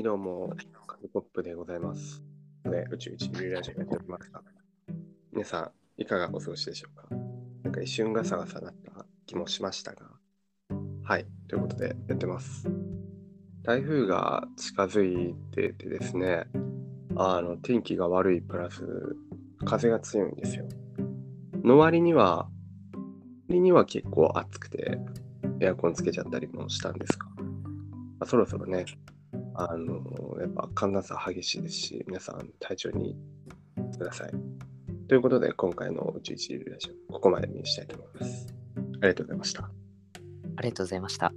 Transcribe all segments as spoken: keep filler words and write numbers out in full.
どうも、カズポップでございます。で、宇宙一流ラジオやっておりますが、皆さん、いかがお過ごしでしょうか。なんか一瞬ガサガサだった気もしましたが、はい、ということでやってます。台風が近づいててですね、あの天気が悪いプラス、風が強いんですよ。の割には、割には結構暑くて、エアコンつけちゃったりもしたんですが、まあ、そろそろね、あの、やっぱ寒暖差激しいですし、皆さん体調にください。ということで、今回の宇宙一流ラジオ、ここまでにしたいと思います。ありがとうございました。 ありがとうございました。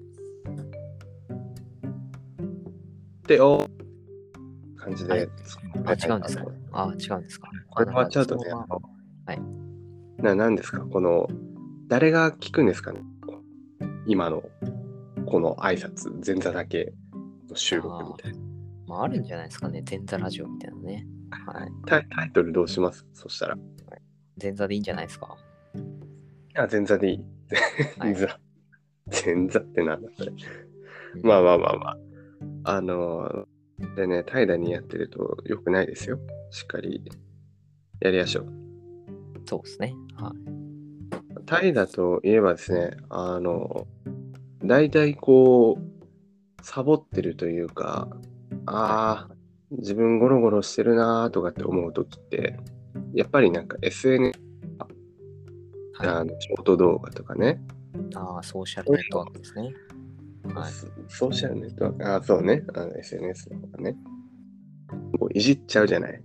で、お感じあれで、 あ、違うんですかあ、違うんですかこれ終わっちゃうとね、 あなんかはいな、なんですかこの、誰が聞くんですかね今の、この挨拶、前座だけの収録みたいな。 まあ、あるんじゃないですかね。前座ラジオみたいなね。はい。 タイタイトルどうしますそしたら。 前座でいいんじゃないですか。 あ、前座でいい。 はい前座。前座ってなんだそれ。 うんまあまあまあまあ。あの、でね、怠惰にやってると良くないですよ。しっかりやりましょう。 そうですね。はい。 怠惰といえばですね、あの、大体こう、サボってるというか、ああ、自分ゴロゴロしてるなーとかって思うときって、やっぱりなんか エスエヌエス、 はい、 あのショート動画とかね、 ああ、ソーシャルネットワークですね。はい。 ソソーシャルネットワーク、ああ、そうね、あの エスエヌエス の方がね、こういじっちゃうじゃない。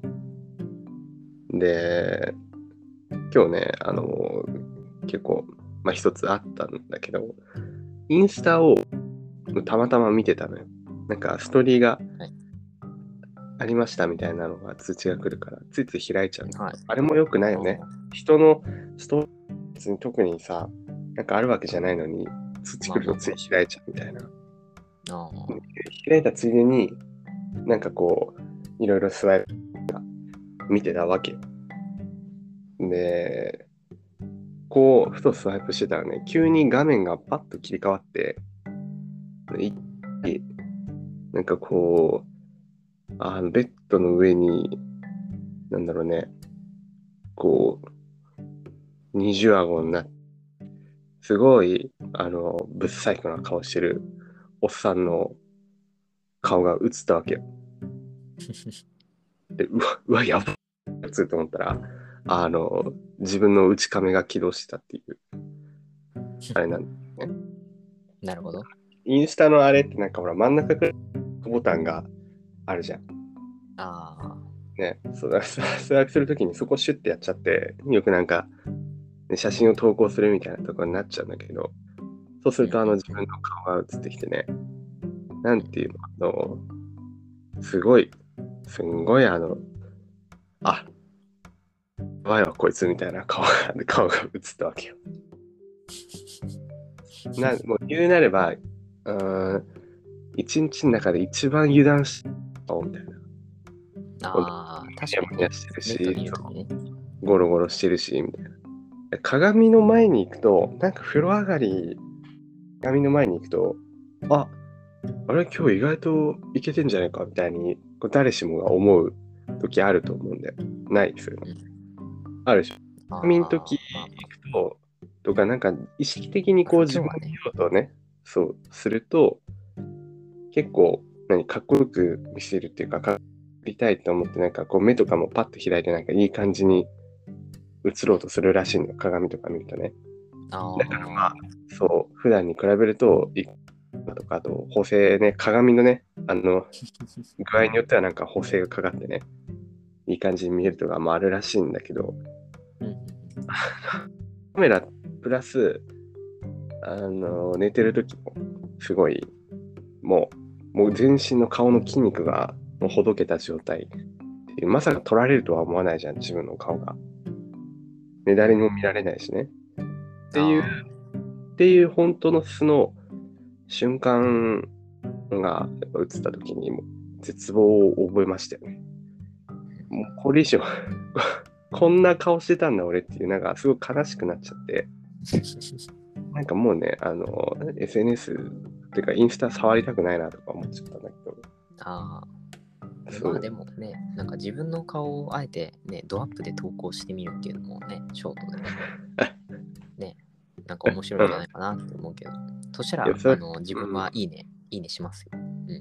で、今日ね、あの、結構、まあ一つあったんだけど、インスタをたまたま見てたのよ。なんかストーリーがありましたみたいなのが通知が来るから、ついつい開いちゃうの。 はい、 あれも良くないよね。人のストーリー別に特にさ、なんかあるわけじゃないのに、通知来るとつい開いちゃうみたいな。 あ開いたついでに、なんかこう、いろいろスワイプ見てたわけよ。で、こう、ふとスワイプしてたらね、急に画面がパッと切り替わって、一気になんかこう、あのベッドの上に、なんだろうね、こう、二重顎になって、すごい、あの、ぶっ細工な顔してるおっさんの顔が映ったわけよ。で、うわ、うわ、やばいやつと思ったら、あの、自分の内カメが起動してたっていう、あれなんだよね。 なるほど。 インスタのあれってなんかほら、真ん中くらいボタンがあるじゃん。 ああ、 ね、そうだ、スワイプするときにそこシュッてやっちゃって、よくなんか、ね、写真を投稿するみたいなところになっちゃうんだけど、そうするとあの自分の顔が映ってきてね、なんていうの、あの、すごい、すんごいあの、あ、やばいわこいつみたいな顔が、顔が映ったわけよ。なもう言うなれば、うーん、一日の中で一番油断した顔みたいな。 ああ、確かに、ね。 してるし、 ネット見るときね。 ゴロゴロしてるし、みたいな。鏡の前に行くと、なんか風呂上がり、鏡の前に行くと、あ、あれ今日意外といけてんじゃないかみたいに、誰しもが思う時あると思うんだよ。ないですよ。 うん、 あるでしょ。 あ鏡の時まあ、 行くと、とか、なんか意識的にこう自分のね、 用途をね、そうすると、結構、何、かっこよく見せるっていうか、かっこりたいと思って、なんかこう目とかもパッと開いて、なんかいい感じに映ろうとするらしいのよ、鏡とか見るとね。 あだからまあ、そう、普段に比べると、いとか、あと補正ね、鏡のね、あの、具合によってはなんか補正がかかってね、いい感じに見えるとかもあるらしいんだけど、 うん、 カメラプラス、あの、寝てる時も、すごい、もう、もう全身の顔の筋肉がもうほどけた状態っていう、まさか撮られるとは思わないじゃん、自分の顔が。ね、誰にも見られないしね。っていう、っていう本当の素の瞬間が映った時にも絶望を覚えましたよね。もうこれ以上こんな顔してたんだ俺っていう、なんかすごい悲しくなっちゃって、なんかもうね、あの、エスエヌエス っていうかインスタ触りたくないなとか思っちゃったんだけど。 あそう。 まあでもね、なんか自分の顔をあえてね、ドアップで投稿してみるっていうのもね、ショートでね、なんか面白いんじゃないかなって思うけど、そしたいや、 ら、 それ、 あの、自分うん。 はいいね、いいねしますよ。うん。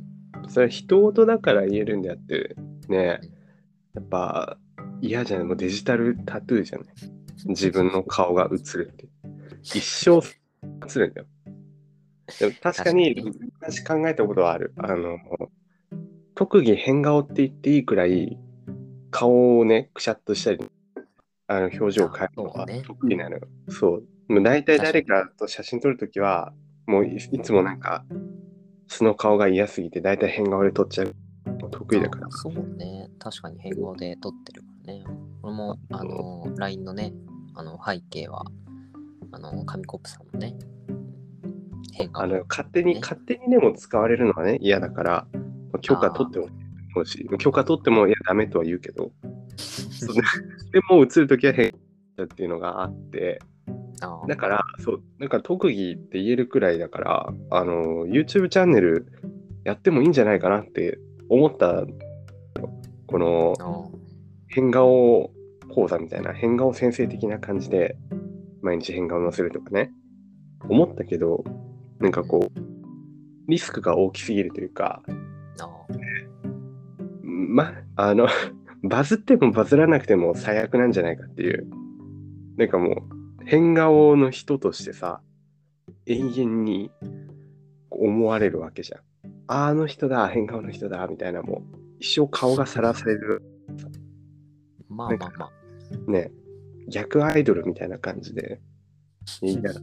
それ、人事だから言えるんであって、ね、 うん、 やっぱ嫌じゃない、もうデジタルタトゥーじゃない。自分の顔が映るって。一生映るんだよ。でも確かに、 確かにね。 昔考えたことはある。あの、特技変顔って言っていいくらい、顔をね、くしゃっとしたり、あの表情をあ、 変えるのがそうね。 得意なのよ。そう。もう大体確かに。 誰かと写真撮るときは、もうい、いつもなんか、素の顔が嫌すぎて、大体変顔で撮っちゃう。得意だあ、 から。 そうね。確かに変顔で撮ってるからね。これも、あの、ライン のね、あの、背景は、あの、紙コップさんのね、変顔あの、勝手に、 ね。 勝手にでも使われるのはね、嫌だから、許可取あってほしいと思うし、許可取っても、いや、ダメとは言うけど、そうね、でも映るときは変だっていうのがあって、 あ、ああ、 だから、そう、なんか特技って言えるくらいだから、あの、YouTube チャンネルやってもいいんじゃないかなって思った、このああ、 変顔講座みたいな、変顔先生的な感じで、毎日変顔載せるとかね、思ったけど、なんかうん、 こう、リスクが大きすぎるというか、 ああ、 ま、あの、バズってもバズらなくても最悪なんじゃないかっていう、なんかもう、変顔の人としてさ、永遠に思われるわけじゃん。ああの人だ、変顔の人だ、みたいな、もう、一生顔がさらされる。なんかまあまあまね、逆アイドルみたいな感じで、嫌だ。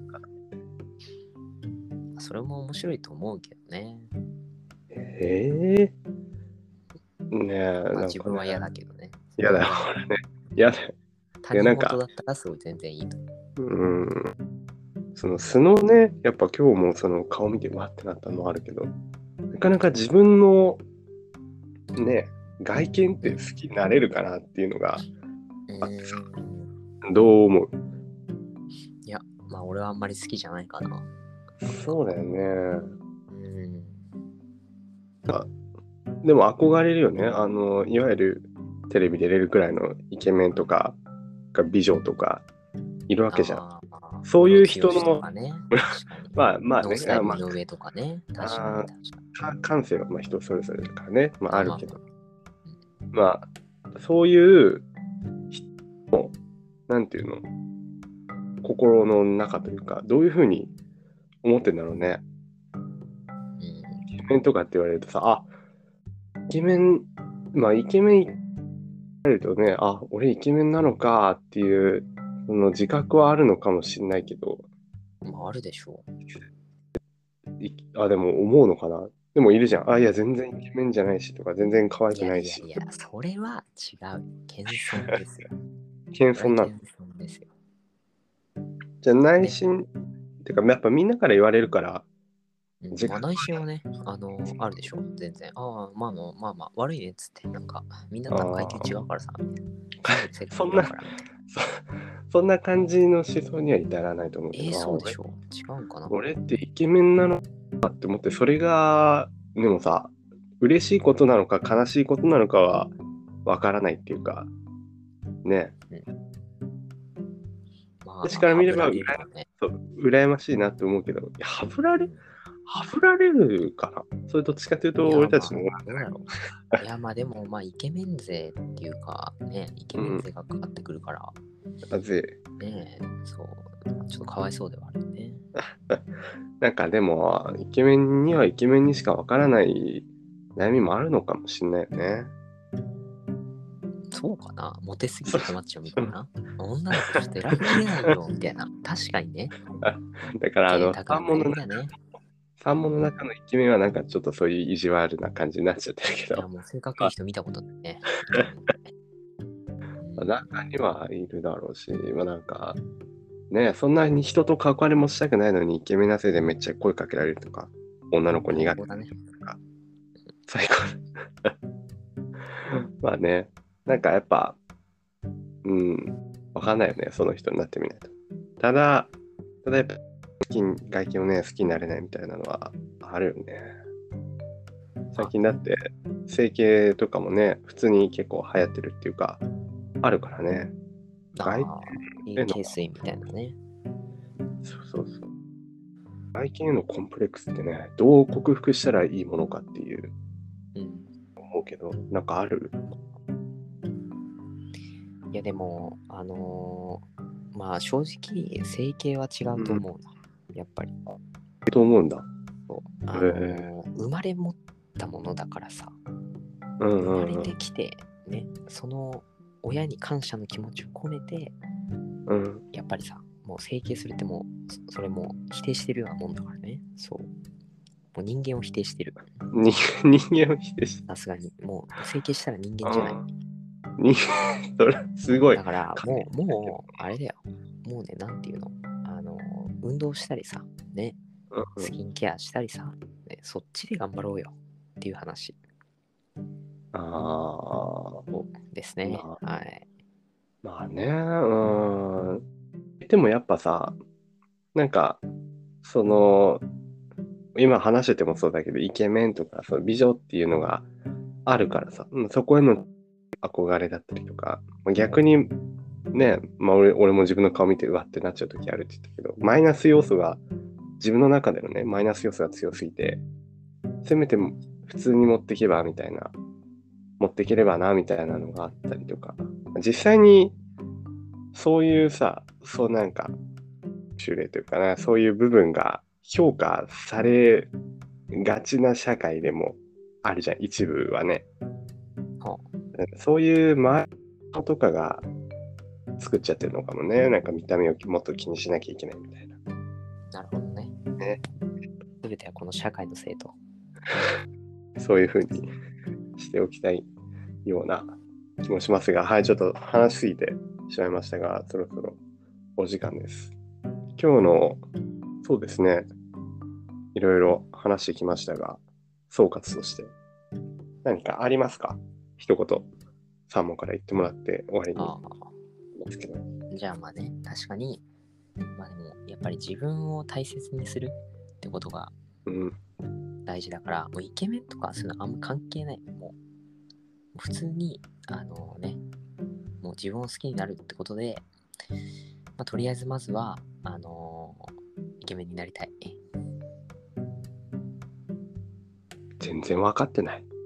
あ、それも面白いと思うけどね。 ええー、ねえ、 まあなんかね、 自分は嫌だけどね。自嫌だよ、 分は嫌だけど。 ほらね。嫌だよ。いや、 他人なんか、 事だったらすごい全然いいと思うん、その素のね、やっぱ今日もその顔見てわってなったのもあるけど、なかなか自分のね、外見って好きになれるかなっていうのがう。うあってさ、 ーん。 どう思う？ いや、まあ俺はあんまり好きじゃないかな。なんか。 そうだよね。 うん。 でも憧れるよね。あの、いわゆるテレビ出れるくらいのイケメンとか、美女とかいるわけじゃん。 ああ、 そういうムロツヨシと人の、 かね。確かに。 まあまあね、 ノースタイあまル井上とかね。 あ、 確かにあ確かに。 か感性はまあ人それぞれだからね、まああ、 あるけど、 まあまあ。 まあ、そういうなんていうの、心の中というか、どういうふうに思ってんだろうね。 うん。 イケメンとかって言われるとさ、あ、イケメン、まあイケメン言われるとね、あ、俺イケメンなのかっていう、その自覚はあるのかもしれないけど、 うん、まああるでしょいあ、でも思うのかな。でもいるじゃん。あ、いや、全然イケメンじゃないしとか、全然可愛う。いやくないし。 いやいや、それは違う。謙遜ですよ。それは謙遜なの。 謙遜ですよ。 じゃあ内ね。 心、てか、やっぱみんなから言われるから、 うん、まあ自覚内心はね、あのあるでしょ。全然。ああ、まあまあまあまあ、悪いねっつって、なんか、みんなとは階級違あうからさ、みたいな。 あ、 住んでる世そんな、 界違うから、みたいな。 そ、そんな感じの思想には至らないと思うけど、 えー、 あ、俺、 そうでしょう。違うんかな。 俺ってイケメンなのかって思って、それが、でもさ、嬉しいことなのか悲しいことなのかはわからないっていうか、ね。 うん。まあまあ、 私から見れば、 はぶらうらやれるよね。 そう、羨ましいなって思うけど、いやはぶられ、 うん。 はぶられるかな。それどっちかというと、 いや、 俺たちの、 まあ、どうだろう。いや、まあでも、まあ、イケメン勢っていうか、ね、イケメンうん、 勢がかかってくるから、 なぜ、 ね、そう、ちょっとかわいそうではあるよね。 なんかでも、イケメンにはイケメンにしかわからない悩みもあるのかもしれないよね。 そうかな、モテすぎそて困っちゃうみたいな。女の子ちょっと選びきれないよ、みたいな。確かにね。 だから、あの、 贅沢な三問の悩みだね。 三問の中のイケメンはなんかちょっとそういう意地悪な感じになっちゃってるけいや、 ど、 もう性格いいま人見たことないね。イケメンでね。 あ、中にはいるだろうし、まあなんか、ね、そんなに人と関わりもしたくないのにイケメンなせいでめっちゃ声かけられるとか、女の子苦手最高だね。 とか、最高。まあね、なんかやっぱ、うん、わかんないよね、その人になってみないと。ただ、ただやっぱ、好き外見をね、好きになれないみたいなのはあるよね。 最近だって整形とかもね、普通に結構流行ってるっていうか、あるからね。外ああ、いい形水みたいなね。 そうそうそう。外見へのコンプレックスってね、どう克服したらいいものかっていううん。 思うけど、なんかある？ いやでも、あのーまあ正直、整形は違うと思うな。やっぱり。 と思うんだ。 そうあのー生まれ持ったものだからさ、 うんう生まれんうん。 てきて、ね、その親に感謝の気持ちを込めて、 うん、 やっぱりさ、もう整形するってもう、そそれもう否定してるようなもんだからね。そう。もう人間を否定してる。 人人間を否定しさすがに。もう整形したら人間じゃない。 あー人間、それすごい。 だからもう、もう、あれだよ。もうね、なんていうの。あの、運動したりさ、ね、 うんスキンケアしたりさ、ね、そっちで頑張ろうよっていう話ああ、 ですね。 まはい。 まあね、うん。でもやっぱさ、なんか、その、今話しててもそうだけど、イケメンとか、その美女っていうのがあるからさ、うんそこへの憧れだったりとか、逆にね、まあ俺俺も自分の顔見てうわってなっちゃう時あるって言ったけど、マイナス要素が、自分の中でのね、マイナス要素が強すぎて、せめて普通に持っていけばみたいな、持っていければなみたいなのがあったりとか、実際にそういうさ、そうなんか、種類というかな、そういう部分が評価されがちな社会でもあるじゃん、一部はね。 はそういう周りとかが作っちゃってるのかもね。なんか見た目をもっと気にしなきゃいけないみたいな。 なるほどね。 ね、 すべてはこの社会のせいと。 そういうふうにしておきたいような気もしますが、はい、ちょっと話しすぎてしまいましたが、そろそろお時間です。今日の、そうですね、いろいろ話してきましたが、総括として何かありますか？一言、サーモンから言ってもらって終わりにあますけど。 あ、じゃあまあね、確かに、まあでも、やっぱり自分を大切にするってことがうん。 大事だから、もうイケメンとかそういうのあんま関係ない。もう、普通に、あのね、もう自分を好きになるってことで、まあ、とりあえずまずは、あのーイケメンになりたい。 全然分かってない。